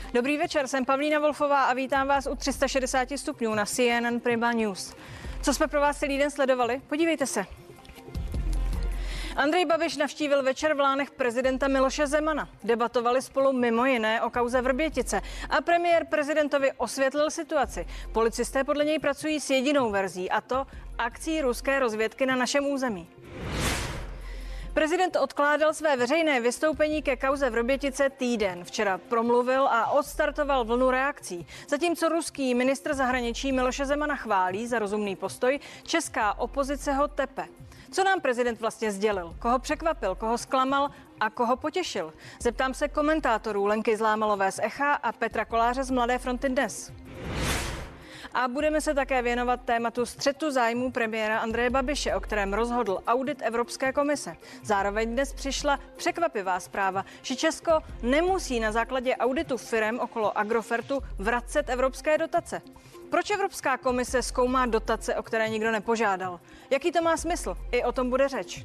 Dobrý večer, jsem Pavlína Wolfová a vítám vás u 360 stupňů na CNN Prima News. Co jsme pro vás celý den sledovali? Podívejte se. Andrej Babiš navštívil večer v Lánech prezidenta Miloše Zemana. Debatovali spolu mimo jiné o kauze Vrbětice a premiér prezidentovi osvětlil situaci. Policisté podle něj pracují s jedinou verzí, a to akcí ruské rozvědky na našem území. Prezident odkládal své veřejné vystoupení ke kauze Vrbětice týden. Včera promluvil a odstartoval vlnu reakcí. Zatímco ruský ministr zahraničí Miloše Zemana chválí za rozumný postoj, česká opozice ho tepe. Co nám prezident vlastně sdělil? Koho překvapil, koho zklamal a koho potěšil? Zeptám se komentátorů Lenky Zlámalové z Echa a Petra Koláře z Mladé fronty Dnes. A budeme se také věnovat tématu střetu zájmů premiéra Andreje Babiše, o kterém rozhodl audit Evropské komise. Zároveň dnes přišla překvapivá zpráva, že Česko nemusí na základě auditu firem okolo Agrofertu vracet evropské dotace. Proč Evropská komise zkoumá dotace, o které nikdo nepožádal? Jaký to má smysl? I o tom bude řeč.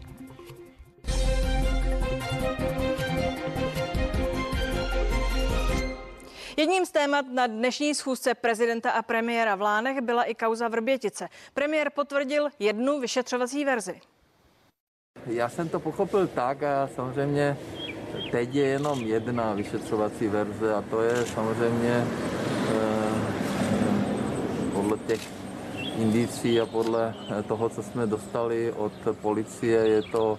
Jedním z témat na dnešní schůzce prezidenta a premiéra v Lánech byla i kauza Vrbětice. Premiér potvrdil jednu vyšetřovací verzi. Já jsem to pochopil tak a samozřejmě teď je jenom jedna vyšetřovací verze a to je samozřejmě podle těch indicí a podle toho, co jsme dostali od policie, je to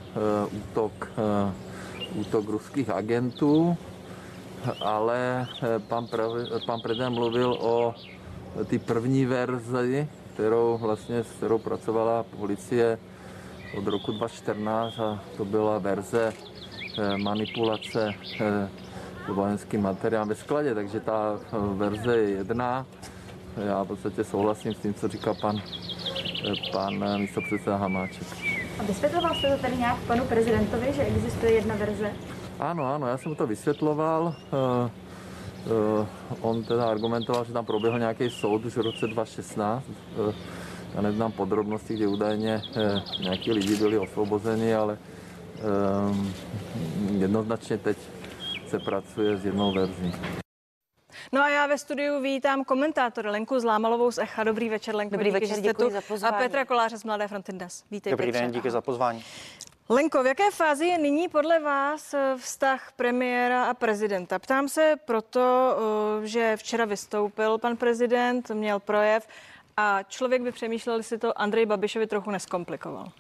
útok ruských agentů. Ale pan prezident mluvil o ty první verzi, s kterou pracovala policie od roku 2014 a to byla verze manipulace vojenským materiálem ve skladě, takže ta verze je jedna. Já v podstatě souhlasím s tím, co říká pan místopředseda Hamáček. A vysvětloval jste to tady nějak panu prezidentovi, že existuje jedna verze? Ano, já jsem to vysvětloval. On teda argumentoval, že tam proběhl nějaký soud už v roce 2016. Já neznám podrobnosti, kde údajně nějaký lidi byli osvobozeni, ale jednoznačně teď se pracuje s jednou verzí. No a já ve studiu vítám komentátora Lenku Zlámalovou z Echa. Dobrý večer, Lenko. Dobrý večer, děkuji za pozvání. A Petra Koláře z Mladé fronty Dnes. Vítejte. Dobrý den, díky za pozvání. Lenko, v jaké fázi je nyní podle vás vztah premiéra a prezidenta? Ptám se proto, že včera vystoupil pan prezident, měl projev a člověk by přemýšlel, jestli to Andrej Babišovi trochu neskomplikoval.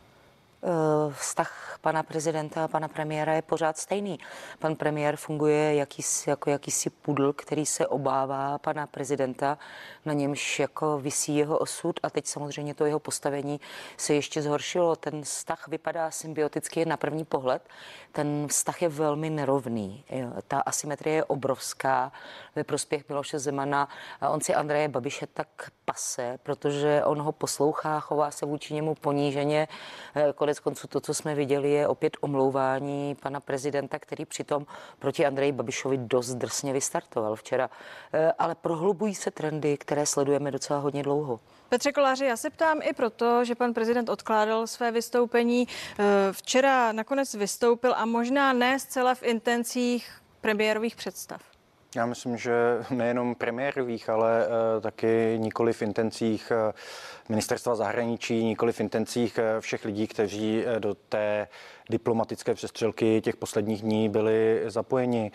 Vztah pana prezidenta a pana premiéra je pořád stejný. Pan premiér funguje jako jakýsi pudl, který se obává pana prezidenta, na němž jako visí jeho osud a teď samozřejmě to jeho postavení se ještě zhoršilo. Ten vztah vypadá symbioticky na první pohled. Ten vztah je velmi nerovný. Ta asymetrie je obrovská ve prospěch Miloše Zemana. A on si Andreje Babiše tak pase, protože on ho poslouchá, chová se vůči němu poníženě. Konec konců to, co jsme viděli, je opět omlouvání pana prezidenta, který přitom proti Andreji Babišovi dost drsně vystartoval včera. Ale prohlubují se trendy, které sledujeme docela hodně dlouho. Petře Koláři, já se ptám i proto, že pan prezident odkládal své vystoupení. Včera nakonec vystoupil a možná ne zcela v intencích premiérových představ. Já myslím, že nejenom premiérových, ale taky nikoli v intencích ministerstva zahraničí, nikoli v intencích všech lidí, kteří do té diplomatické přestřelky těch posledních dní byli zapojeni.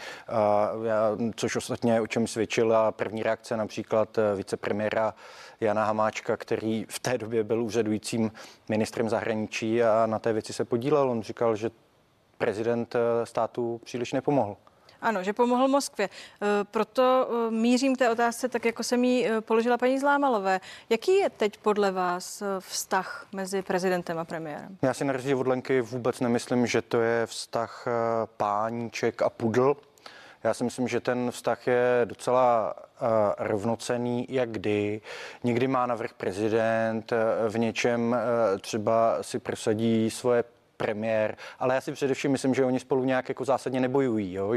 Což ostatně o čem svědčila první reakce například vicepremiéra Jana Hamáčka, který v té době byl úřadujícím ministrem zahraničí a na té věci se podílel. On říkal, že prezident státu příliš nepomohl. Ano, že pomohl Moskvě. Proto mířím k té otázce, tak jako jsem ji položila paní Zlámalové. Jaký je teď podle vás vztah mezi prezidentem a premiérem? Já si na rozdíl od Lenky vůbec nemyslím, že to je vztah páníček a pudl. Já si myslím, že ten vztah je docela rovnocenný, jak kdy. Někdy má navrch prezident, v něčem třeba si prosadí svoje premiér, ale já si především myslím, že oni spolu nějak jako zásadně nebojují, jo?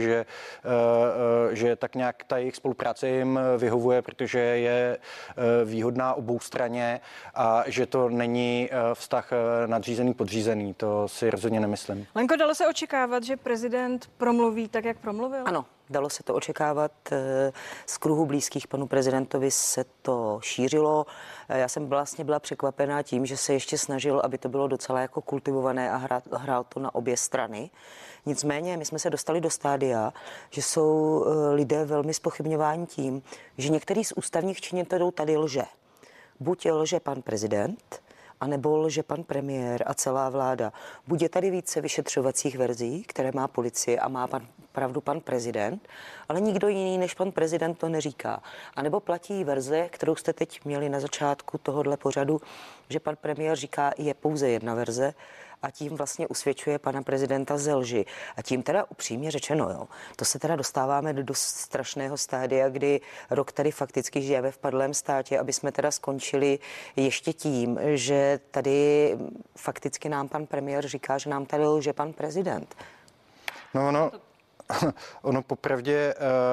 Že tak nějak ta jejich spolupráce jim vyhovuje, protože je výhodná oboustranně a že to není vztah nadřízený podřízený, to si rozhodně nemyslím. Lenko, dalo se očekávat, že prezident promluví tak, jak promluvil? Ano. Dalo se to očekávat, z kruhu blízkých panu prezidentovi se to šířilo. Já jsem vlastně byla překvapená tím, že se ještě snažil, aby to bylo docela jako kultivované a hrál to na obě strany. Nicméně my jsme se dostali do stádia, že jsou lidé velmi zpochybňováni tím, že některý z ústavních činitelů tady lže. Buď lže pan prezident, anebo lže pan premiér a celá vláda. Buď je tady více vyšetřovacích verzí, které má policie a má pravdu pan prezident, ale nikdo jiný než pan prezident to neříká. A nebo platí verze, kterou jste teď měli na začátku tohohle pořadu, že pan premiér říká, je pouze jedna verze a tím vlastně usvědčuje pana prezidenta ze lži. A tím teda upřímně řečeno, jo, to se teda dostáváme do strašného stádia, kdy rok tady fakticky žijeme v padlém státě, aby jsme teda skončili ještě tím, že tady fakticky nám pan premiér říká, že nám tady lže pan prezident. No, ono popravdě,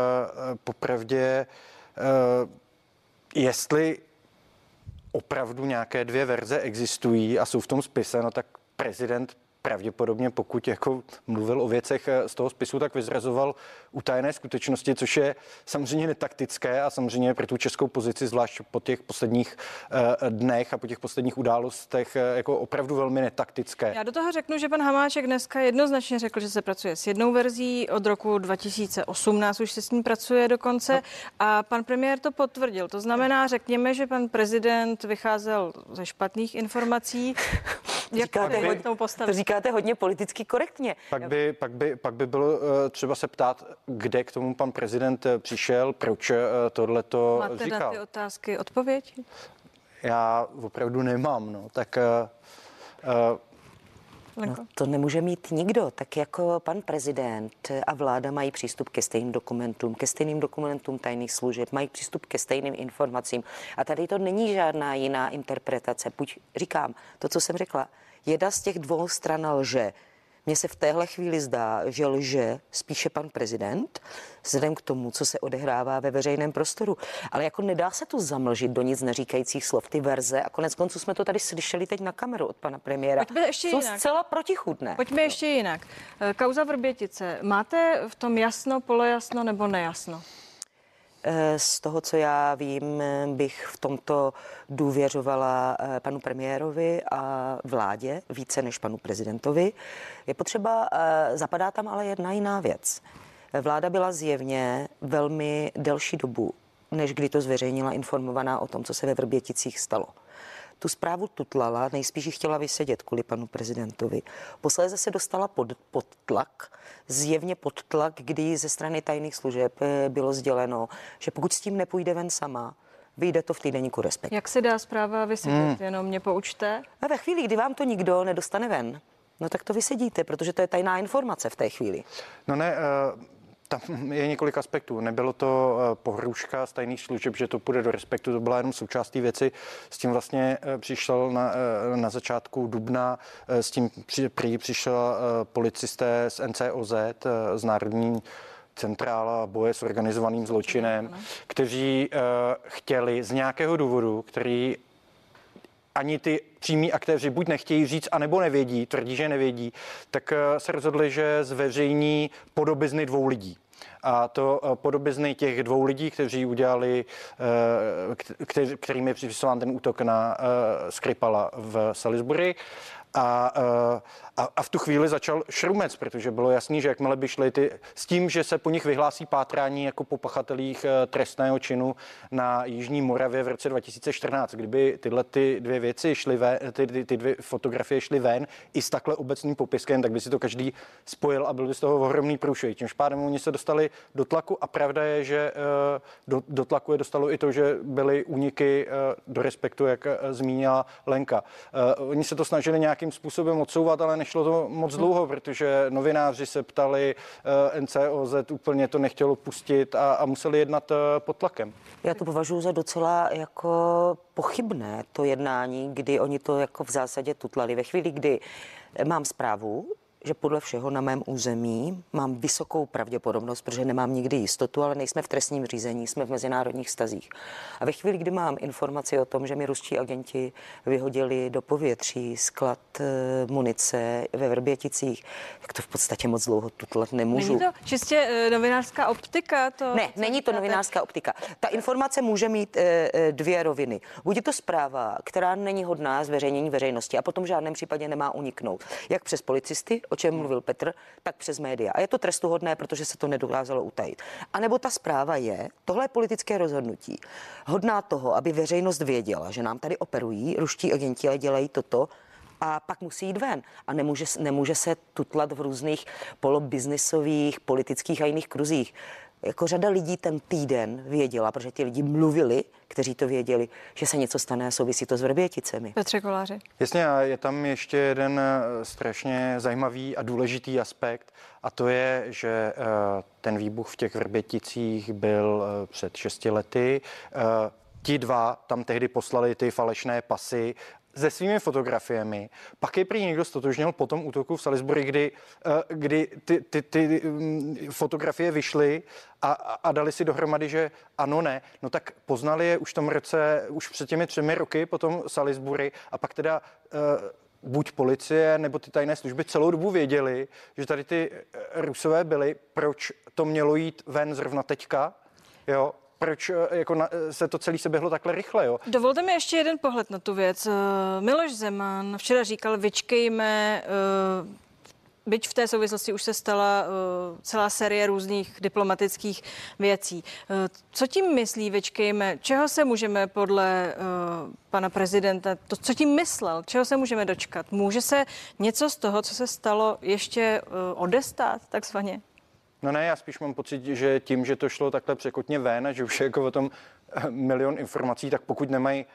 jestli opravdu nějaké dvě verze existují a jsou v tom spise, no tak prezident pravděpodobně, pokud jako mluvil o věcech z toho spisu, tak vyzrazoval utajené skutečnosti, což je samozřejmě netaktické a samozřejmě pro tu českou pozici, zvlášť po těch posledních dnech a po těch posledních událostech, jako opravdu velmi netaktické. Já do toho řeknu, že pan Hamáček dneska jednoznačně řekl, že se pracuje s jednou verzí, od roku 2018 už se s ní pracuje dokonce a pan premiér to potvrdil. To znamená, řekněme, že pan prezident vycházel ze špatných informací. To říkáte hodně politicky korektně. Pak by bylo třeba se ptát, kde k tomu pan prezident přišel, proč tohleto Máte říkal. na ty otázky odpověď? Já opravdu nemám, no, tak... No, to nemůže mít nikdo, tak jako pan prezident a vláda mají přístup ke stejným dokumentům tajných služeb, mají přístup ke stejným informacím. A tady to není žádná jiná interpretace. Buď říkám to, co jsem řekla, jedna z těch dvou stran lže. Mně se v téhle chvíli zdá, že lže spíše pan prezident, vzhledem k tomu, co se odehrává ve veřejném prostoru. Ale jako nedá se to zamlžit do nic neříkajících slov, ty verze. A konec konců jsme to tady slyšeli teď na kameru od pana premiéra. Jsou zcela protichůdné. Pojďme ještě jinak. Kauza Vrbětice. Máte v tom jasno, polojasno nebo nejasno? Z toho, co já vím, bych v tomto důvěřovala panu premiérovi a vládě více než panu prezidentovi. Je potřeba, zapadá tam ale jedna jiná věc. Vláda byla zjevně velmi delší dobu, než kdy to zveřejnila, informovaná o tom, co se ve Vrběticích stalo. Tu zprávu tutlala, nejspíš ji chtěla vysedět kvůli panu prezidentovi. Posléze se dostala pod tlak, zjevně pod tlak, kdy ze strany tajných služeb bylo sděleno, že pokud s tím nepůjde ven sama, vyjde to v týdeníku Respekt. Jak se dá zpráva vysedět? Jenom mě poučte. A ve chvíli, kdy vám to nikdo nedostane ven, no tak to vysedíte, protože to je tajná informace v té chvíli. No ne, tam je několik aspektů. Nebylo to pohrůžka z tajných služeb, že to půjde do Respektu, to byla jenom součástí věci. S tím vlastně přišel na začátku dubna, s tím přišel policisté z NCOZ, z Národní centrála boje s organizovaným zločinem, kteří chtěli z nějakého důvodu, který ani ty přímí aktéři buď nechtějí říct, anebo nevědí, tvrdí, že nevědí, tak se rozhodli, že zveřejní podobizny dvou lidí. A to podobizny těch dvou lidí, kteří udělali, kterým je připisován ten útok na Skripala v Salisbury. A v tu chvíli začal šrumec, protože bylo jasný, že jakmile by šli s tím, že se po nich vyhlásí pátrání jako po pachatelích trestného činu na Jižní Moravě v roce 2014, kdyby tyhle ty dvě věci šly ven, ty dvě fotografie šly ven i s takhle obecným popiskem, tak by si to každý spojil a byl by z toho ohromný průšvih. Tímž pádem oni se dostali do tlaku a pravda je, že do tlaku je dostalo i to, že byly úniky do Respektu, jak zmínila Lenka. Oni se to snažili nějakým způsobem odsouvat, ale nešlo to moc dlouho, protože novináři se ptali, NCOZ úplně to nechtělo pustit a museli jednat pod tlakem. Já to považuji za docela jako pochybné to jednání, kdy oni to jako v zásadě tutlali. Ve chvíli, kdy mám zprávu, že podle všeho na mém území mám vysokou pravděpodobnost, protože nemám nikdy jistotu, ale nejsme v trestním řízení, jsme v mezinárodních vztazích. A ve chvíli, kdy mám informaci o tom, že mi ruští agenti vyhodili do povětří sklad munice ve Vrběticích, tak to v podstatě moc dlouho tutlat nemůžu. Není to čistě novinářská optika? Není to novinářská optika. Ta informace může mít dvě roviny. Buď je to zpráva, která není hodná zveřejnění veřejnosti a potom v žádném případě nemá uniknout. Jak přes policisty, o čem mluvil Petr, tak přes média. A je to trestuhodné, protože se to nedokázalo utajit. A nebo ta zpráva je, tohle je politické rozhodnutí, hodná toho, aby veřejnost věděla, že nám tady operují ruští agenti a dělají toto, a pak musí jít ven. A nemůže se tutlat v různých polobiznisových, politických a jiných kruzích. Jako řada lidí ten týden věděla, protože ti lidi mluvili, kteří to věděli, že se něco stane a souvisí to s Vrběticemi. Petře Koláři. Jasně, a je tam ještě jeden strašně zajímavý a důležitý aspekt, a to je, že ten výbuch v těch Vrběticích byl před 6 lety. Ti dva tam tehdy poslali ty falešné pasy se svými fotografiemi. Pak je prý někdo stotožnil po tom útoku v Salisbury, kdy ty fotografie vyšly a dali si dohromady, že ano, ne. No tak poznali je už v tom roce, už před těmi 3 roky po tom Salisbury a pak teda buď policie nebo ty tajné služby celou dobu věděli, že tady ty Rusové byli, proč to mělo jít ven zrovna teďka, jo. Proč se to celé se běhlo takhle rychle, jo? Dovolte mi ještě jeden pohled na tu věc. Miloš Zeman včera říkal, vyčkejme, byť v té souvislosti už se stala celá série různých diplomatických věcí. Co tím myslí, vyčkejme? Čeho se můžeme podle pana prezidenta, co tím myslel, čeho se můžeme dočkat? Může se něco z toho, co se stalo, ještě odestát, takzvaně? No ne, já spíš mám pocit, že tím, že to šlo takhle překotně ven a že už je jako o tom milion informací, tak pokud nemají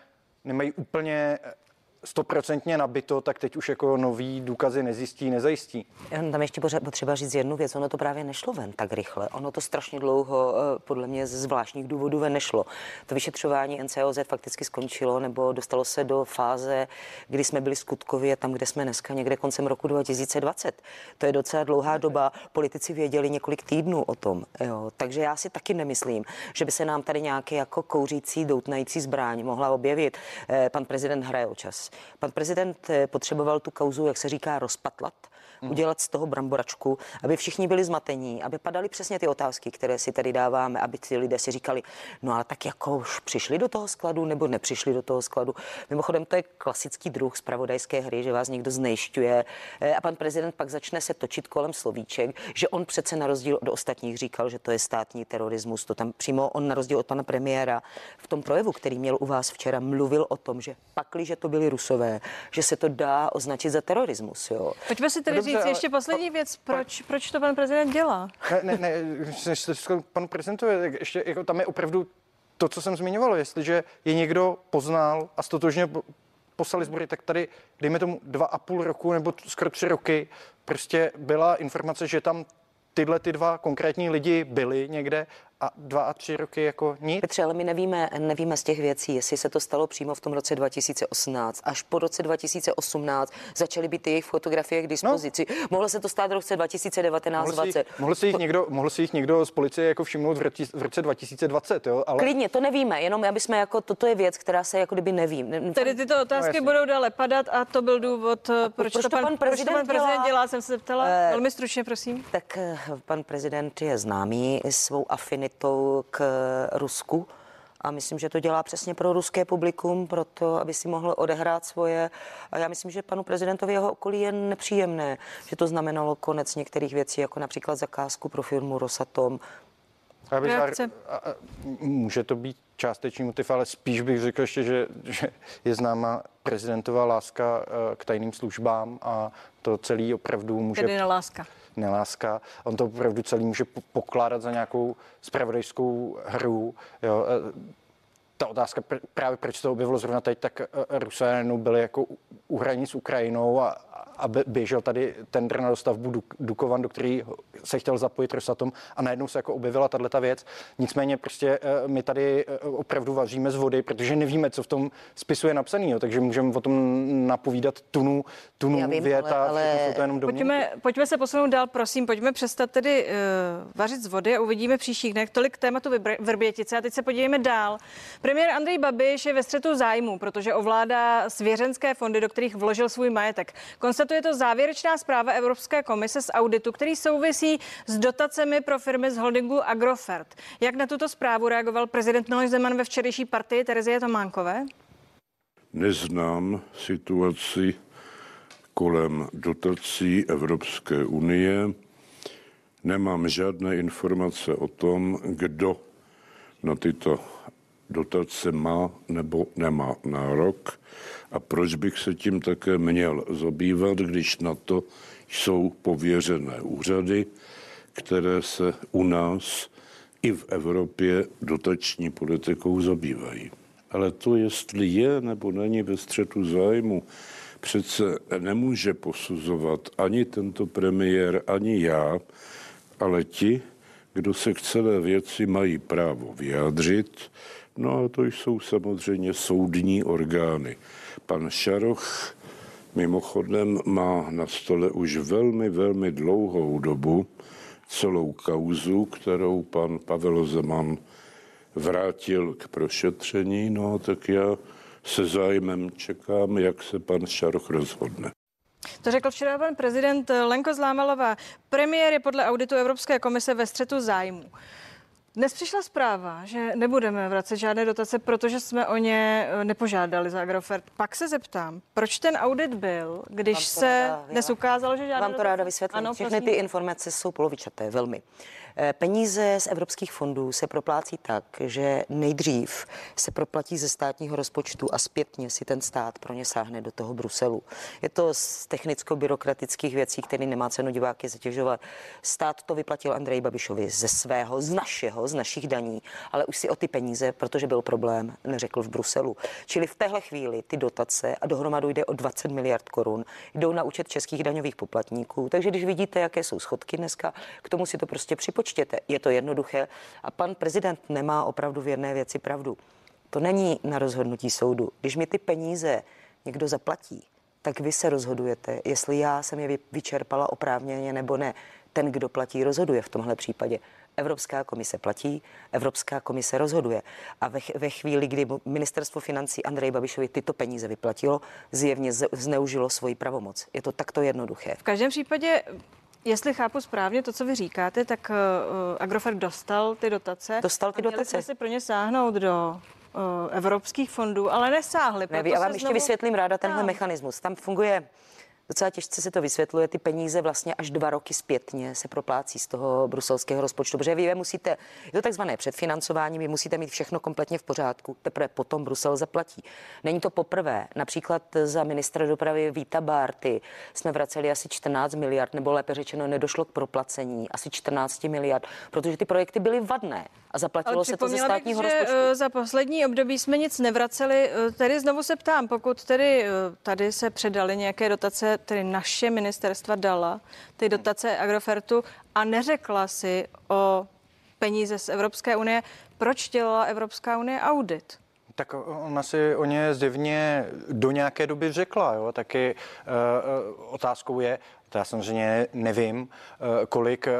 úplně 100% nabito, tak teď už jako nový důkazy nezajistí. Tam ještě potřeba říct jednu věc, ono to právě nešlo ven tak rychle. Ono to strašně dlouho, podle mě z zvláštních důvodů ven nešlo. To vyšetřování NCOZ fakticky skončilo, nebo dostalo se do fáze, kdy jsme byli skutkově tam, kde jsme dneska, někde koncem roku 2020. To je docela dlouhá doba, politici věděli několik týdnů o tom. Jo. Takže já si taky nemyslím, že by se nám tady nějaké jako kouřící, doutnající zbraň mohla objevit. Pan prezident hraje o čas. Pan prezident potřeboval tu kauzu, jak se říká, rozpatlat, udělat z toho bramboračku, aby všichni byli zmatení, aby padaly přesně ty otázky, které si tady dáváme, aby ty lidé si říkali, no ale tak jako už přišli do toho skladu nebo nepřišli do toho skladu. Mimochodem to je klasický druh zpravodajské hry, že vás někdo znejšťuje a pan prezident pak začne se točit kolem slovíček, že on přece na rozdíl od ostatních říkal, že to je státní terorismus, to tam přímo on na rozdíl od pana premiéra v tom projevu, který měl u vás včera, mluvil o tom, že pakliže to byli Rusové, že se to dá označit za terorismus, jo. Pojďme si tedy říct ještě poslední věc, proč to pan prezident dělá? Ne, panu prezidentovi, ještě jako tam je opravdu to, co jsem zmiňoval, jestliže je někdo poznal a stotožně po Salisbury, tak tady, dejme tomu 2,5 roku nebo skoro 3 roky, prostě byla informace, že tam tyhle ty dva konkrétní lidi byli někde a 2 a 3 roky jako nic. Petře, ale my nevíme z těch věcí, jestli se to stalo přímo v tom roce 2018. Až po roce 2018 začaly být jejich fotografie k dispozici. No. Mohlo se to stát v roce 2019-20. Mohl si jich někdo z policie jako všimnout v roce 2020, jo? Ale... Klidně, to nevíme, jenom aby jsme jako, toto je věc, která se jako kdyby nevím. Tedy tyto otázky budou dále padat a to byl důvod, proč to pan prezident dělá, jsem se zeptala. Velmi stručně, prosím. Tak pan prezident je známý svou afinitou k Rusku a myslím, že to dělá přesně pro ruské publikum, proto, aby si mohl odehrát svoje. A já myslím, že panu prezidentovi jeho okolí je nepříjemné, že to znamenalo konec některých věcí, jako například zakázku pro firmu Rosatom. Může to být částečný motiv, ale spíš bych řekl ještě, že je známa prezidentová láska k tajným službám a to celý opravdu může... Tedy neláska. On to opravdu celý může pokládat za nějakou zpravodajskou hru. Jo. ta otázka právě proč to objevilo zrovna teď, tak Rusové byli jako u hranic s Ukrajinou a běžel tady tendr na dostavbu Dukovan, do který se chtěl zapojit Rosatom a najednou se jako objevila tato věc. Nicméně prostě my tady opravdu vaříme z vody, protože nevíme, co v tom spisu je napsaný, takže můžeme o tom napovídat tunu vět a jsou to jenom domněnky. Pojďme se posunout dál, prosím, pojďme přestat tedy vařit z vody a uvidíme v příštích dnech. Tolik k tématu Vrbětice a teď se podívejme dál. Premiér Andrej Babiš je ve střetu zájmů, protože ovládá svěřenské fondy, do kterých vložil svůj majetek. Konstatuje to závěrečná zpráva Evropské komise z auditu, který souvisí s dotacemi pro firmy z holdingu Agrofert. Jak na tuto zprávu reagoval prezident Miloš Zeman ve včerejší partii Terezie Tománkové? Neznám situaci kolem dotací Evropské unie. Nemám žádné informace o tom, kdo na tyto dotace má nebo nemá nárok a proč bych se tím také měl zabývat, když na to jsou pověřené úřady, které se u nás i v Evropě dotační politikou zabývají. Ale to, jestli je nebo není ve střetu zájmu, přece nemůže posuzovat ani tento premiér, ani já, ale ti, kdo se k celé věci mají právo vyjádřit, no a to jsou samozřejmě soudní orgány. Pan Šaroch mimochodem má na stole už velmi, velmi dlouhou dobu celou kauzu, kterou pan Pavel Zeman vrátil k prošetření, no tak já se zájmem čekám, jak se pan Šaroch rozhodne. To řekl včera pan prezident Lenko Zlámalová. Premiér je podle auditu Evropské komise ve střetu zájmů. Dnes přišla zpráva, že nebudeme vracet žádné dotace, protože jsme o ně nepožádali za Agrofert. Pak se zeptám, proč ten audit byl, když se dnes ukázalo, že žádné vám to ráda vysvětlím. Ano, všechny ty informace jsou polovičaté, velmi. Peníze z evropských fondů se proplácí tak, že nejdřív se proplatí ze státního rozpočtu a zpětně si ten stát pro ně sáhne do toho Bruselu. Je to z technicko-byrokratických věcí, které nemá cenu diváky zatěžovat. Stát to vyplatil Andreji Babišovi ze svého, z našich daní, ale už si o ty peníze, protože byl problém, neřekl v Bruselu. Čili v téhle chvíli ty dotace, a dohromady jde o 20 miliard korun, jdou na účet českých daňových poplatníků. Takže když vidíte, jaké jsou schodky dneska, k tomu si to prostě připočtěte. Je to jednoduché a pan prezident nemá opravdu v jedné věci pravdu. To není na rozhodnutí soudu. Když mi ty peníze někdo zaplatí, tak vy se rozhodujete, jestli já jsem je vyčerpala oprávněně nebo ne. Ten, kdo platí, rozhoduje v tomhle případě. Evropská komise platí, Evropská komise rozhoduje. A ve chvíli, kdy ministerstvo financí Andrej Babišovi tyto peníze vyplatilo, zjevně zneužilo svoji pravomoc. Je to takto jednoduché. V každém případě, jestli chápu správně to, co vy říkáte, tak Agrofert dostal ty dotace. Měli jsme si pro ně sáhnout do evropských fondů, ale nesáhli. Já vám ještě vysvětlím ráda tenhle mechanismus. Tam funguje docela těžce, se to vysvětluje, ty peníze vlastně až 2 roky zpětně se proplácí z toho bruselského rozpočtu, protože vy musíte, je to takzvané předfinancování, vy musíte mít všechno kompletně v pořádku, teprve potom Brusel zaplatí. Není to poprvé, například za ministra dopravy Víta Bárty jsme vraceli asi 14 miliard, nebo lépe řečeno nedošlo k proplacení asi 14 miliard, protože ty projekty byly vadné a zaplatilo se to ze státního rozpočtu. Za poslední období jsme nic nevraceli, tedy znovu se ptám, pokud tedy tady se předaly nějaké dotace, tedy naše ministerstva dala ty dotace Agrofertu a neřekla si o peníze z Evropské unie, proč dělala Evropská unie audit? Tak ona si o ně zjevně do nějaké doby řekla, jo, taky otázkou je, to já samozřejmě nevím, kolik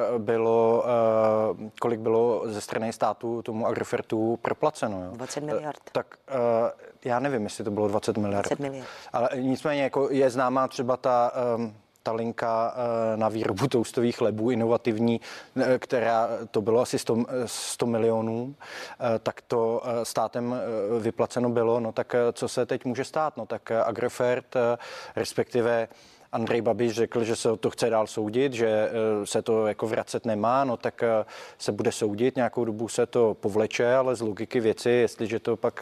bylo ze strany státu tomu Agrofertu proplaceno. Jo. 20 miliard. Tak já nevím, jestli to bylo 20 miliard. 20 miliard. Ale nicméně jako je známá třeba ta linka na výrobu toustových chlebů inovativní, která to bylo asi 100 milionů, tak to státem vyplaceno bylo, no tak co se teď může stát? No tak Agrofert, respektive Andrej Babiš řekl, že se o to chce dál soudit, že se to jako vracet nemá, no tak se bude soudit, nějakou dobu se to povleče, ale z logiky věci, jestliže to pak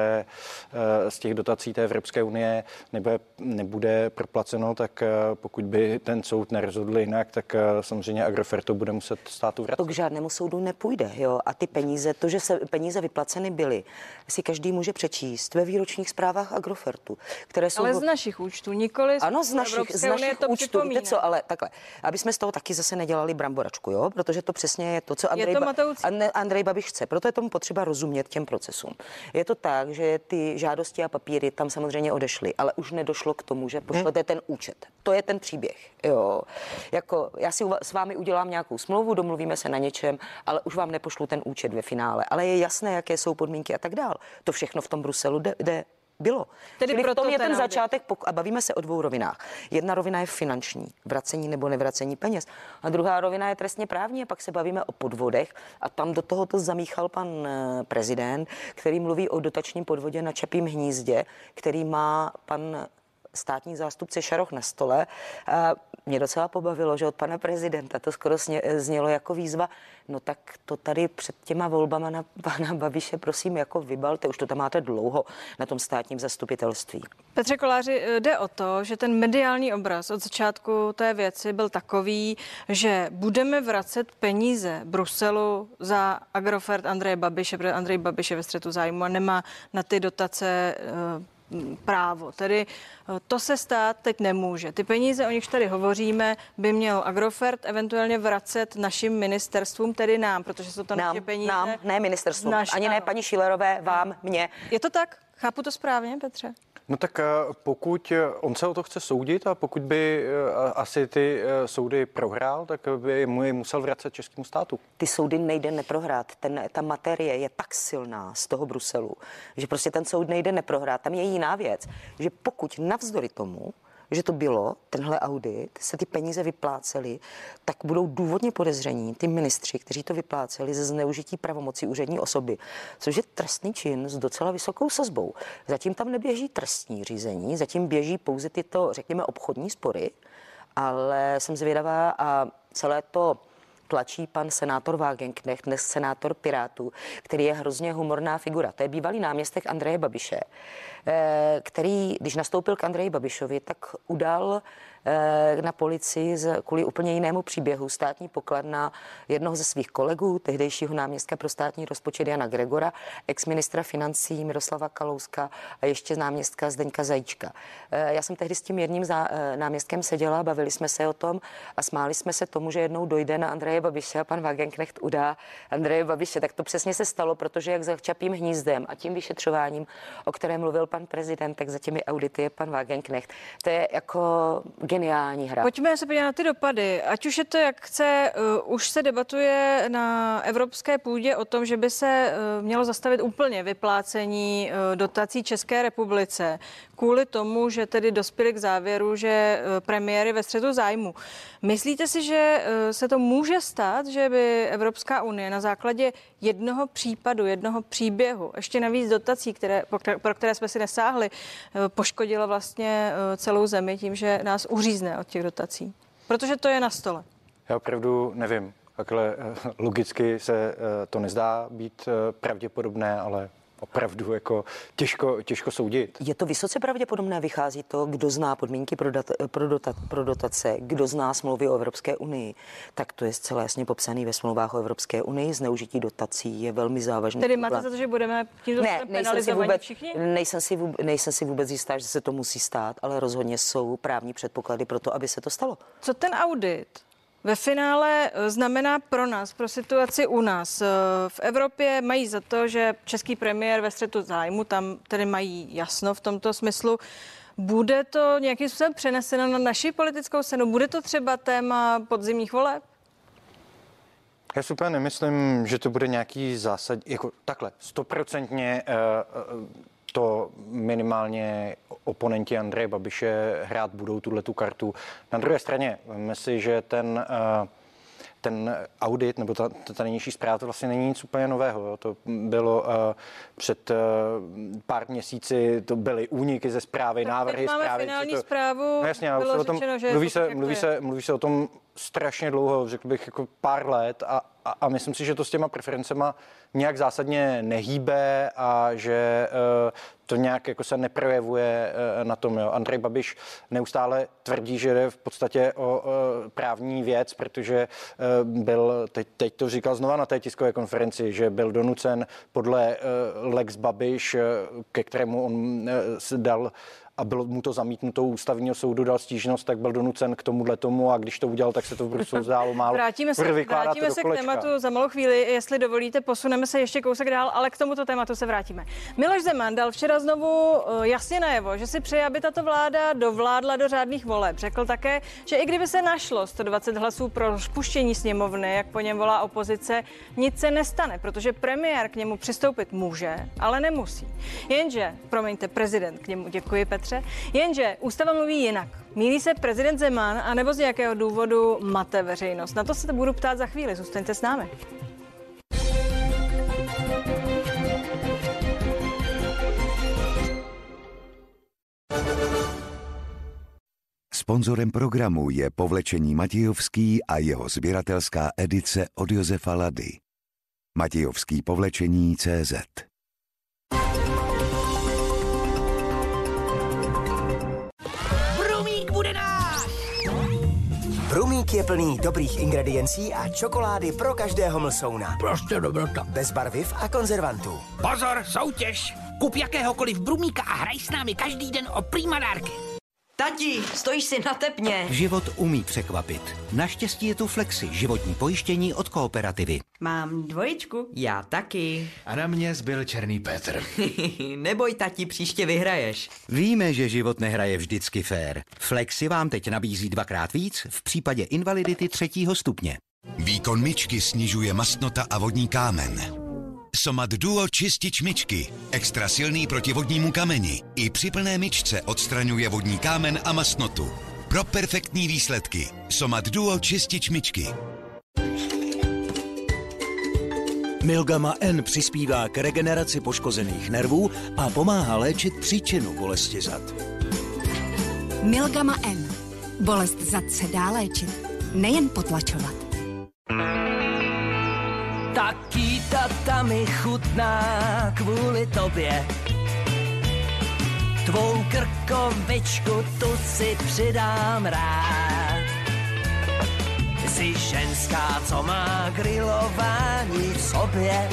z těch dotací té Evropské unie nebude proplaceno, tak pokud by ten soud nerozhodl jinak, tak samozřejmě Agrofert to bude muset státu vracet. To k žádnému soudu nepůjde, jo, a ty peníze, to, že se peníze vyplaceny byly, si každý může přečíst ve výročních zprávách Agrofertu, které jsou... Ale z našich účtů, nikoli ano, z našich účtů, víte co, ale takhle, aby jsme z toho taky zase nedělali bramboračku, jo, protože to přesně je to, co Andrej Babiš chce, proto je tomu potřeba rozumět těm procesům. Je to tak, že ty žádosti a papíry tam samozřejmě odešly, ale už nedošlo k tomu, že pošlete ten účet. To je ten příběh, jo. Jako já si s vámi udělám nějakou smlouvu, domluvíme se na něčem, ale už vám nepošlu ten účet ve finále, ale je jasné, jaké jsou podmínky a tak dál. To všechno v tom Bruselu bylo. Tedy Čili v tom je ten audit. začátek a bavíme se o dvou rovinách. Jedna rovina je finanční, vracení nebo nevracení peněz. A druhá rovina je trestně právní a pak se bavíme o podvodech a tam do toho to zamíchal pan prezident, který mluví o dotačním podvodě na Čapím hnízdě, který má pan státní zástupce Šaroch na stole. A mě docela pobavilo, že od pana prezidenta to skoro znělo jako výzva. No tak to tady před těma volbama na pana Babiše, prosím, jako vybalte, už to tam máte dlouho na tom státním zastupitelství. Petře Koláři, jde o to, že ten mediální obraz od začátku té věci byl takový, že budeme vracet peníze Bruselu za Agrofert Andreje Babiše, protože Andrej Babiš je ve střetu zájmu a nemá na ty dotace právo. Tedy to se stát teď nemůže. Ty peníze, o nichž tady hovoříme, by měl Agrofert eventuálně vracet našim ministerstvům, tedy nám, protože jsou to naše peníze. Nám, ne ministerstvům, ani ne paní Schillerové, vám, mně. Je to tak? Chápu to správně, Petře? No tak pokud on se o to chce soudit a pokud by asi ty soudy prohrál, tak by mu je musel vracet českému státu. Ty soudy nejde neprohrát. Ta materie je tak silná z toho Bruselu, že prostě ten soud nejde neprohrát. Tam je jiná věc, že pokud navzdory tomu, že to bylo, tenhle audit, se ty peníze vyplácely, tak budou důvodně podezření ty ministři, kteří to vypláceli ze zneužití pravomocí úřední osoby, což je trestný čin s docela vysokou sazbou. Zatím tam neběží trestní řízení, zatím běží pouze tyto, řekněme, obchodní spory, ale jsem zvědavá a celé to tlačí pan senátor Wagenknecht, dnes senátor Pirátů, který je hrozně humorná figura. To je bývalý náměstek Andreje Babiše, který, když nastoupil k Andreji Babišovi, tak udal na policii kvůli úplně jinému příběhu státní pokladna jednoho ze svých kolegů, tehdejšího náměstka pro státní rozpočet Jana Gregora, ex-ministra financí Miroslava Kalouska a ještě náměstka Zdeňka Zajíčka. Já jsem tehdy s tím jedním náměstkem seděla, bavili jsme se o tom a smáli jsme se tomu, že jednou dojde na Andreje Babiše a pan Wagenknecht udá Andreje Babiše. Tak to přesně se stalo, protože jak za Čapím hnízdem a tím vyšetřováním, o kterém mluvil pan prezident, tak za těmi audity je pan Wagenknecht. To je jako geniální hra. Pojďme se podívat na ty dopady. Ať už je to, jak chce, už se debatuje na evropské půdě o tom, že by se mělo zastavit úplně vyplácení dotací České republice kvůli tomu, že tedy dospěli k závěru, že premiér je ve střetu zájmu. Myslíte si, že se to může stát, že by Evropská unie na základě jednoho případu, jednoho příběhu, ještě navíc dotací, pro které jsme si nesáhli, poškodila vlastně celou zemi tím, že nás uřízne od těch dotací? Protože to je na stole. Já opravdu nevím. Takhle logicky se to nezdá být pravděpodobné, ale opravdu jako těžko soudit. Je to vysoce pravděpodobné, vychází to, kdo zná podmínky pro dotace, kdo zná smlouvy o Evropské unii, tak to je zcela jasně popsaný ve smlouvách o Evropské unii. Zneužití dotací je velmi závažný. Tedy máte za to, že budeme tímto penalizovaní všichni? Nejsem si vůbec jistá, že se to musí stát, ale rozhodně jsou právní předpoklady pro to, aby se to stalo. Co ten audit ve finále znamená pro nás, pro situaci u nás? V Evropě mají za to, že český premiér ve střetu zájmu, tam tedy mají jasno v tomto smyslu. Bude to nějakým způsobem přeneseno na naši politickou scénu? Bude to třeba téma podzimních voleb? Já si úplně nemyslím, že to bude nějaký zásad, jako takhle, 100% to minimálně oponenti Andreje Babiše hrát budou tuhletu kartu. Na druhé straně, myslím si, že ten audit nebo ta nejnižší zpráva, to vlastně není nic úplně nového. Jo. To bylo před pár měsíci, to byly úniky ze zprávy, návrhy máme zprávy. finální zprávu, no jasně, bylo o tom, řečeno, že mluví se o tom strašně dlouho, řekl bych jako pár let a myslím si, že to s těma preferencema nějak zásadně nehýbe a že to nějak jako se neprojevuje na tom. Jo. Andrej Babiš neustále tvrdí, že jde v podstatě o právní věc, protože byl, teď to říkal znova na té tiskové konferenci, že byl donucen podle Lex Babiš, ke kterému on dal a bylo mu to zamítnuto ústavního soudu, dal stížnost, tak byl donucen k tomu a když to udělal, tak se to v Bruselu zdálo málo. Vrátíme se k tématu za malou chvíli, jestli dovolíte, posuneme se ještě kousek dál, ale k tomuto tématu se vrátíme. Miloš Zeman dal včera znovu jasně najevo, že si přeje, aby tato vláda dovládla do řádných voleb. Řekl také, že i kdyby se našlo 120 hlasů pro rozpuštění sněmovny, jak po něm volá opozice, nic se nestane, protože premiér k němu přistoupit může, ale nemusí. Prezident k němu, děkuji Petře, jenže ústava mluví jinak. Mýlí se prezident Zeman, anebo z jakého důvodu mate veřejnost? Na to se budu ptát za chvíli, zůstaňte s námi. Sponzorem programu je povlečení Matějovský a jeho sběratelská edice od Josefa Lady. Matějovský povlečení CZ. Brumík je plný dobrých ingrediencí a čokolády pro každého mlsouna. Prostě dobrota. Bez barviv a konzervantů. Pozor, soutěž! Kup jakéhokoliv Brumíka a hraj s námi každý den o prýma dárky. Tati, stojíš si na tepně. Život umí překvapit. Naštěstí je tu Flexi, životní pojištění od Kooperativy. Mám dvojičku. Já taky. A na mě zbyl černý Petr. Neboj, tati, příště vyhraješ. Víme, že život nehraje vždycky fér. Flexi vám teď nabízí 2x víc v případě invalidity 3. stupně. Výkon myčky snižuje mastnota a vodní kámen. Somat Duo čistič myčky. Extra silný proti vodnímu kameni. I při plné myčce odstraňuje vodní kámen a mastnotu. Pro perfektní výsledky. Somat Duo čistič myčky. Milgama N přispívá k regeneraci poškozených nervů a pomáhá léčit příčinu bolesti zad. Milgama N. Bolest zad se dá léčit, nejen potlačovat. Taky tata mi chutná kvůli tobě. Tvou krkovičku tu si přidám rád. Jsi ženská, co má grilování v sobě.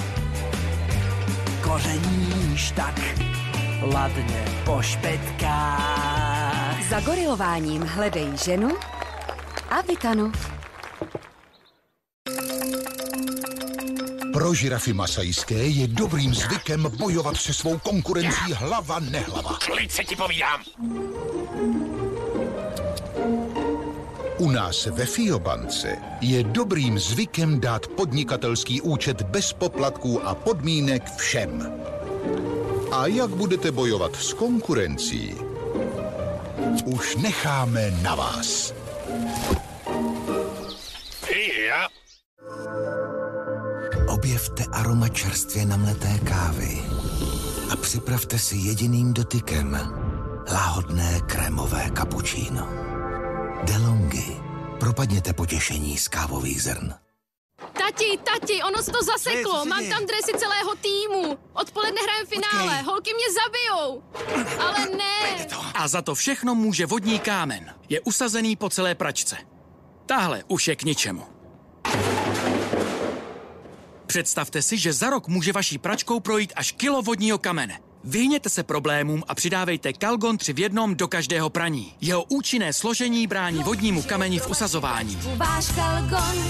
Kořeníš tak ladně po špitkách. Za gorilováním hledej ženu a Vitanu. Pro žirafy masajské je dobrým zvykem bojovat se svou konkurencí hlava nehlava. Klid se ti povídám. U nás ve Fiobance je dobrým zvykem dát podnikatelský účet bez poplatků a podmínek všem. A jak budete bojovat s konkurencí, už necháme na vás. Já. Objevte aroma čerstvě namleté kávy a připravte si jediným dotykem lahodné krémové cappuccino. DeLonghi. Propadněte potěšení z kávových zrn. Tati, ono se to zaseklo. Mám tam dresy celého týmu. Odpoledne hrajem finále. Holky mě zabijou. Ale ne. A za to všechno může vodní kámen. Je usazený po celé pračce. Tahle už je k ničemu. Představte si, že za rok může vaší pračkou projít až kilo vodního kamene. Vyhněte se problémům a přidávejte Calgon 3 v 1 do každého praní. Jeho účinné složení brání vodnímu kameni v usazování. Váš Calgon.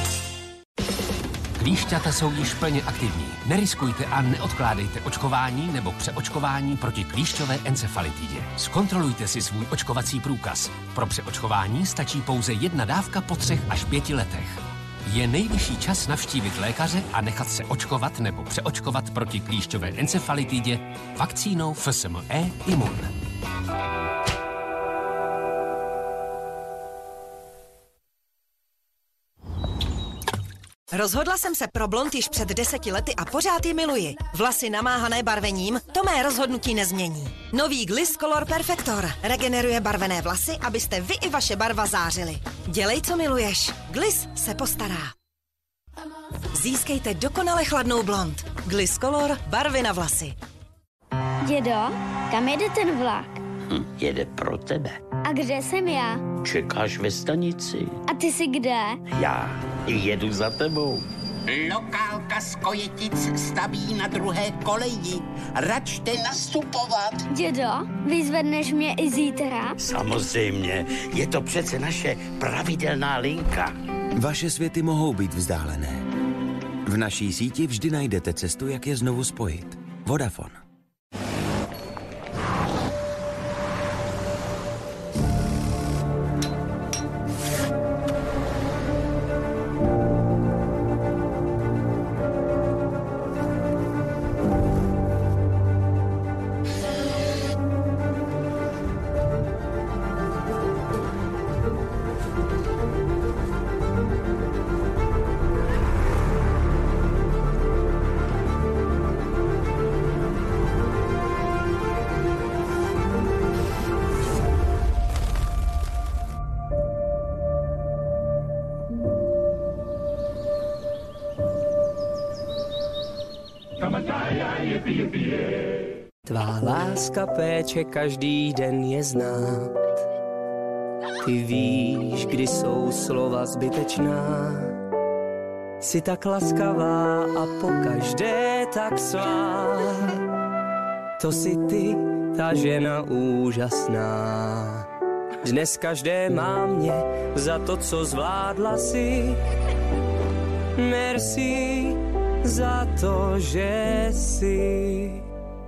Klíšťata jsou již plně aktivní. Neriskujte a neodkládejte očkování nebo přeočkování proti klíšťové encefalitidě. Zkontrolujte si svůj očkovací průkaz. Pro přeočkování stačí pouze 1 dávka po 3 až 5 letech. Je nejvyšší čas navštívit lékaře a nechat se očkovat nebo přeočkovat proti klíšťové encefalitidě vakcínou FSME Imun. Rozhodla jsem se pro blond již před 10 lety a pořád je miluji. Vlasy namáhané barvením, to mé rozhodnutí nezmění. Nový Gliss Color Perfector regeneruje barvené vlasy, abyste vy i vaše barva zářili. Dělej, co miluješ. Gliss se postará. Získejte dokonale chladnou blond. Gliss Color, barvy na vlasy. Dědo, kam jede ten vlak? Jede pro tebe. A kde jsem já? Čekáš ve stanici. A ty jsi kde? Já jedu za tebou. Lokálka z Kojetic staví na druhé koleji. Račte nastupovat. Dědo, vyzvedneš mě i zítra? Samozřejmě, je to přece naše pravidelná linka. Vaše světy mohou být vzdálené. V naší síti vždy najdete cestu, jak je znovu spojit. Vodafone. Tvá láska péče každý den je znát. Ty víš, kdy jsou slova zbytečná. Jsi tak laskavá a pokaždé tak svá. To jsi ty, ta žena úžasná. Dnes každé má mě za to, co zvládla si. Merci za to, že jsi.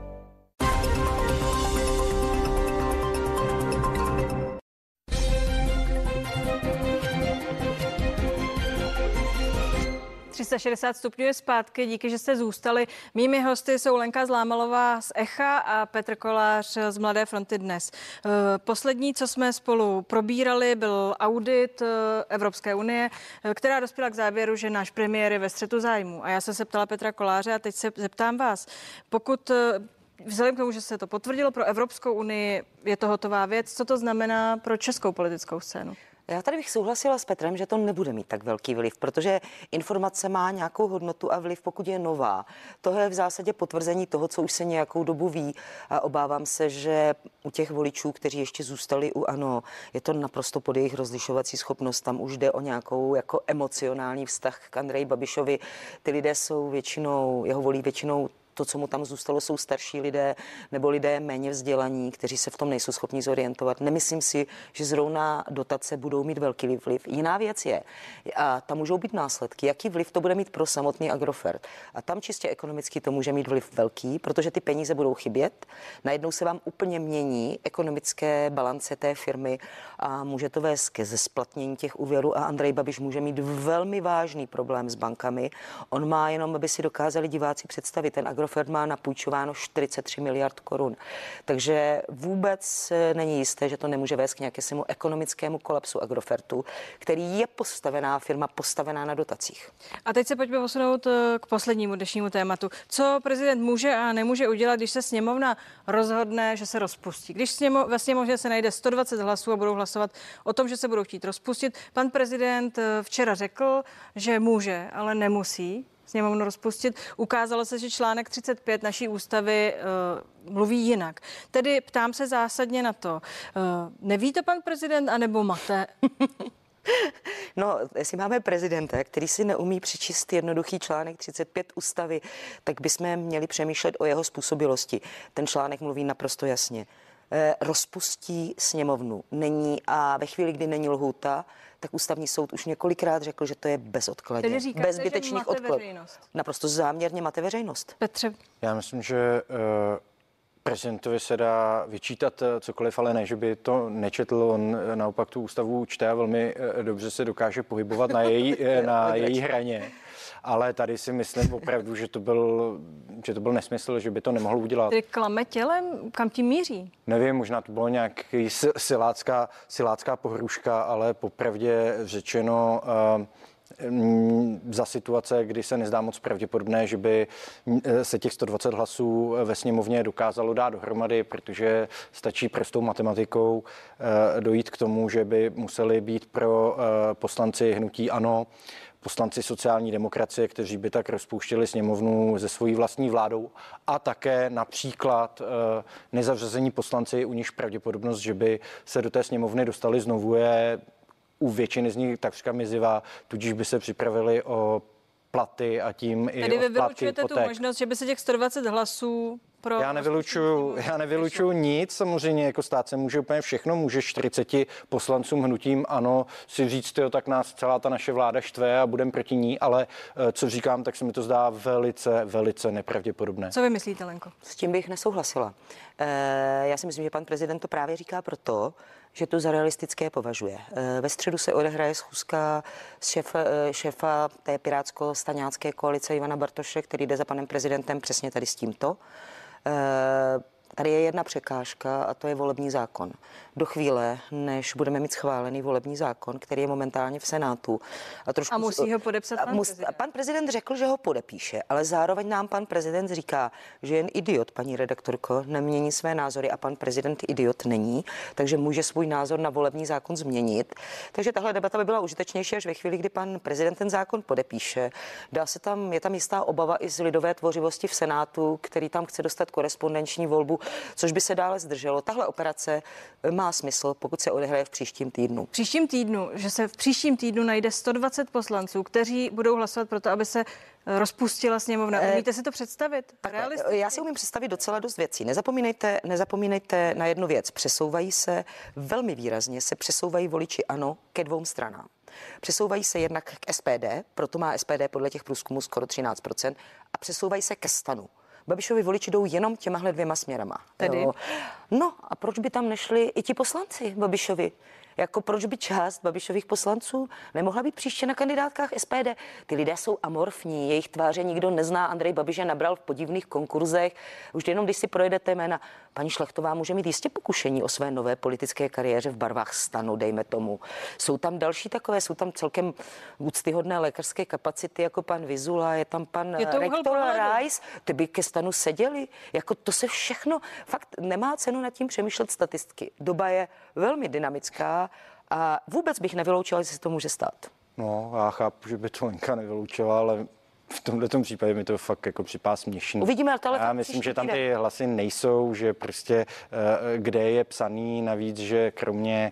stupňů je zpátky, díky, že jste zůstali. Mými hosty jsou Lenka Zlámalová z Echa a Petr Kolář z Mladé fronty Dnes. Poslední, co jsme spolu probírali, byl audit Evropské unie, která dospěla k závěru, že náš premiér je ve střetu zájmů. A já jsem se ptala Petra Koláře a teď se zeptám vás. Pokud vzhledem k tomu, že se to potvrdilo pro Evropskou unii, je to hotová věc, co to znamená pro českou politickou scénu? Já tady bych souhlasila s Petrem, že to nebude mít tak velký vliv, protože informace má nějakou hodnotu a vliv, pokud je nová. To je v zásadě potvrzení toho, co už se nějakou dobu ví a obávám se, že u těch voličů, kteří ještě zůstali u ANO, je to naprosto pod jejich rozlišovací schopnost. Tam už jde o nějakou jako emocionální vztah k Andreji Babišovi. Ty lidé jsou většinou, jeho volí většinou to, co mu tam zůstalo, jsou starší lidé nebo lidé méně vzdělaní, kteří se v tom nejsou schopni zorientovat. Nemyslím si, že zrovna dotace budou mít velký vliv. Jiná věc je, a tam můžou být následky, jaký vliv to bude mít pro samotný Agrofert. A tam čistě ekonomicky to může mít vliv velký, protože ty peníze budou chybět. Najednou se vám úplně mění ekonomické balance té firmy a může to vést ke zesplatnění těch úvěrů a Andrej Babiš může mít velmi vážný problém s bankami. On má jenom, aby si dokázali diváci představit, ten Agrofert má napůjčováno 43 miliard korun. Takže vůbec není jisté, že to nemůže vést k nějakému ekonomickému kolapsu Agrofertu, který je firma postavená na dotacích. A teď se pojďme posunout k poslednímu dnešnímu tématu. Co prezident může a nemůže udělat, když se sněmovna rozhodne, že se rozpustí? Když ve sněmovně se najde 120 hlasů a budou hlasovat o tom, že se budou chtít rozpustit. Pan prezident včera řekl, že může, ale nemusí sněmovnu rozpustit. Ukázalo se, že článek 35 naší ústavy mluví jinak. Tedy ptám se zásadně na to. Neví to pan prezident, anebo mate? No, jestli máme prezidenta, který si neumí přečíst jednoduchý článek 35 ústavy, tak bychom měli přemýšlet o jeho způsobilosti. Ten článek mluví naprosto jasně. Rozpustí sněmovnu. Není a ve chvíli, kdy není lhůta, tak ústavní soud už několikrát řekl, že to je bezodkladně. Tedy říkáte, bez zbytečných odkladů. Naprosto záměrně mate veřejnost. Petře. Já myslím, že prezidentovi se dá vyčítat cokoliv, ale ne, že by to nečetl. On naopak tu ústavu čte a velmi dobře se dokáže pohybovat na její hraně. Ale tady si myslím opravdu, že to byl nesmysl, že by to nemohl udělat. Ty klame tělem, kam tím míří? Nevím, možná to bylo nějaký silácká pohruška, ale popravdě řečeno, za situace, kdy se nezdá moc pravděpodobné, že by se těch 120 hlasů ve sněmovně dokázalo dát dohromady, protože stačí prostou matematikou dojít k tomu, že by museli být pro poslanci hnutí ANO, poslanci sociální demokracie, kteří by tak rozpouštěli sněmovnu se svojí vlastní vládou, a také například nezařazení poslanci, u nichž pravděpodobnost, že by se do té sněmovny dostali znovu, je u většiny z nich takřka mizivá, tudíž by se připravili o platy a tím i tedy o vy splátky vylučujete tu hypoték. možnost, že by se těch 120 hlasů pro... Já nevylučuju nic, samozřejmě jako stát se může úplně všechno, může 40 poslancům hnutím ANO si říct, jo, tak nás celá ta naše vláda štve a budeme proti ní, ale co říkám, tak se mi to zdá velice nepravděpodobné. Co vy myslíte, Lenko? S tím bych nesouhlasila. Já si myslím, že pan prezident to právě říká proto, že to za realistické považuje. Ve středu se odehraje schůzka šéfa té pirátsko-staňácké koalice Ivana Bartoše, který jde za panem prezidentem přesně tady s tímto. Tady je jedna překážka a to je volební zákon. Do chvíle, než budeme mít schválený volební zákon, který je momentálně v Senátu. A musí ho podepsat pan prezident. Pan prezident řekl, že ho podepíše, ale zároveň nám pan prezident říká, že jen idiot, paní redaktorko, nemění své názory a pan prezident idiot není, takže může svůj názor na volební zákon změnit. Takže tahle debata by byla užitečnější až ve chvíli, kdy pan prezident ten zákon podepíše. Je tam jistá obava i z lidové tvořivosti v Senátu, který tam chce dostat korespondenční volbu, což by se dále zdrželo. Tahle operace má smysl, pokud se odehraje v příštím týdnu. Že se v příštím týdnu najde 120 poslanců, kteří budou hlasovat pro to, aby se rozpustila sněmovna. Umíte si to představit? Já si umím představit docela dost věcí. Nezapomeňte na jednu věc. Velmi výrazně se přesouvají voliči ANO ke dvou stranám. Přesouvají se jednak k SPD, proto má SPD podle těch průzkumů skoro 13%, a přesouvají se ke STANu. Babišovi voliči jdou jenom těmahle dvěma směrama. Tedy? Jo. No a proč by tam nešli i ti poslanci Babišovi? Jako proč by část Babišových poslanců nemohla být příště na kandidátkách SPD? Ty lidé jsou amorfní, jejich tváře nikdo nezná. Andrej Babiš je nabral v podivných konkurzech. Už jenom když si projedete jména, paní Šlechtová může mít jistě pokušení o své nové politické kariéře v barvách STANu, dejme tomu. Jsou tam další takové, jsou tam celkem úctyhodné lékařské kapacity, jako pan Vizula, je tam pan rektor Rais, ty by ke STANu seděli. Jako to se všechno, fakt nemá cenu nad tím přemýšlet statisticky. Doba je velmi dynamická a vůbec bych nevyloučila, že se to může stát. No, já chápu, že by to Lenka nevyloučila, ale v tomto případě mi to fakt jako připadá směšný. Uvidíme, ale já myslím, že tam ty hlasy nejsou, že prostě kde je psaný navíc, že kromě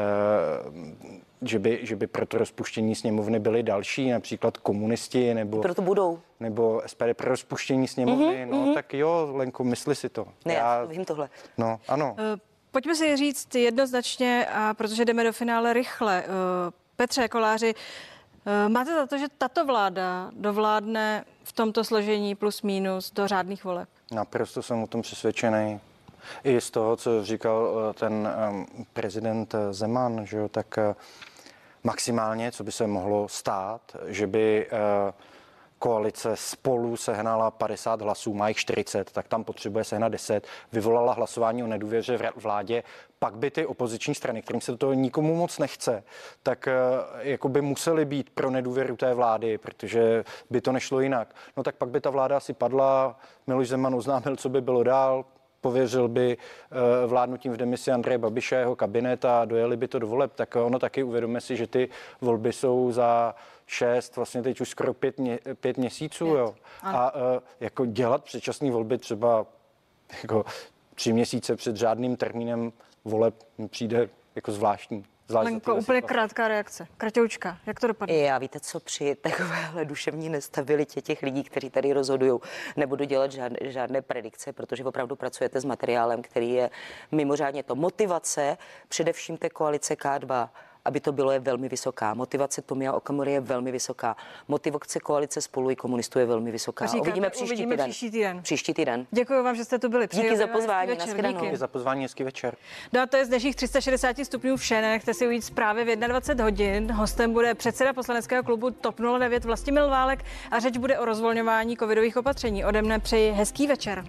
že by pro to rozpuštění sněmovny byli další, například komunisti nebo proto budou. Nebo SPD pro rozpuštění sněmovny, tak jo, Lenko, mysli si to. Ne, já vím tohle. No, ano. Pojďme si říct jednoznačně, a protože jdeme do finále rychle. Petře Koláři, máte za to, že tato vláda dovládne v tomto složení plus minus do řádných voleb? Naprosto jsem o tom přesvědčený. I z toho, co říkal ten prezident Zeman, že jo, tak maximálně, co by se mohlo stát, že by koalice Spolu sehnala 50 hlasů, má jich 40, tak tam potřebuje sehnat 10, vyvolala hlasování o nedůvěře vládě, pak by ty opoziční strany, kterým se do toho nikomu moc nechce, tak jako by musely být pro nedůvěru té vlády, protože by to nešlo jinak. No tak pak by ta vláda asi padla, Miloš Zeman oznámil, co by bylo dál, pověřil by vládnutím v demisi Andreje Babiše a jeho kabinet a dojeli by to do voleb, tak ono taky uvědomíme si, že ty volby jsou za 6, vlastně teď už skoro 5 měsíců, jo. A jako dělat předčasné volby třeba jako 3 měsíce před žádným termínem voleb mi přijde jako zvláštní. Lenko, úplně krátká reakce. Kratoučka, jak to dopadne? Já víte co, při takovéhle duševní nestabilitě těch lidí, kteří tady rozhodují, nebudu dělat žádné predikce, protože opravdu pracujete s materiálem, který je mimořádně to motivace, především té koalice K2, aby to bylo, je velmi vysoká. Motivace Tomia Okamury je velmi vysoká. Motivace koalice Spolu i komunistů je velmi vysoká. Uvidíme příští týden. Děkuji vám, že jste tu byli. Díky za pozvání. Díky za pozvání, hezký večer. No a to je z dnešních 360 stupňů vše. Nenechte si ujít zprávy v 21 hodin. Hostem bude předseda poslaneckého klubu TOP 09 Vlastimil Válek a řeč bude o rozvolňování covidových opatření. Ode mne přeji hezký večer.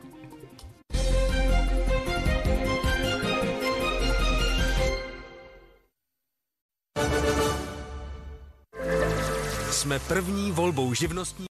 Jsme první volbou živnostní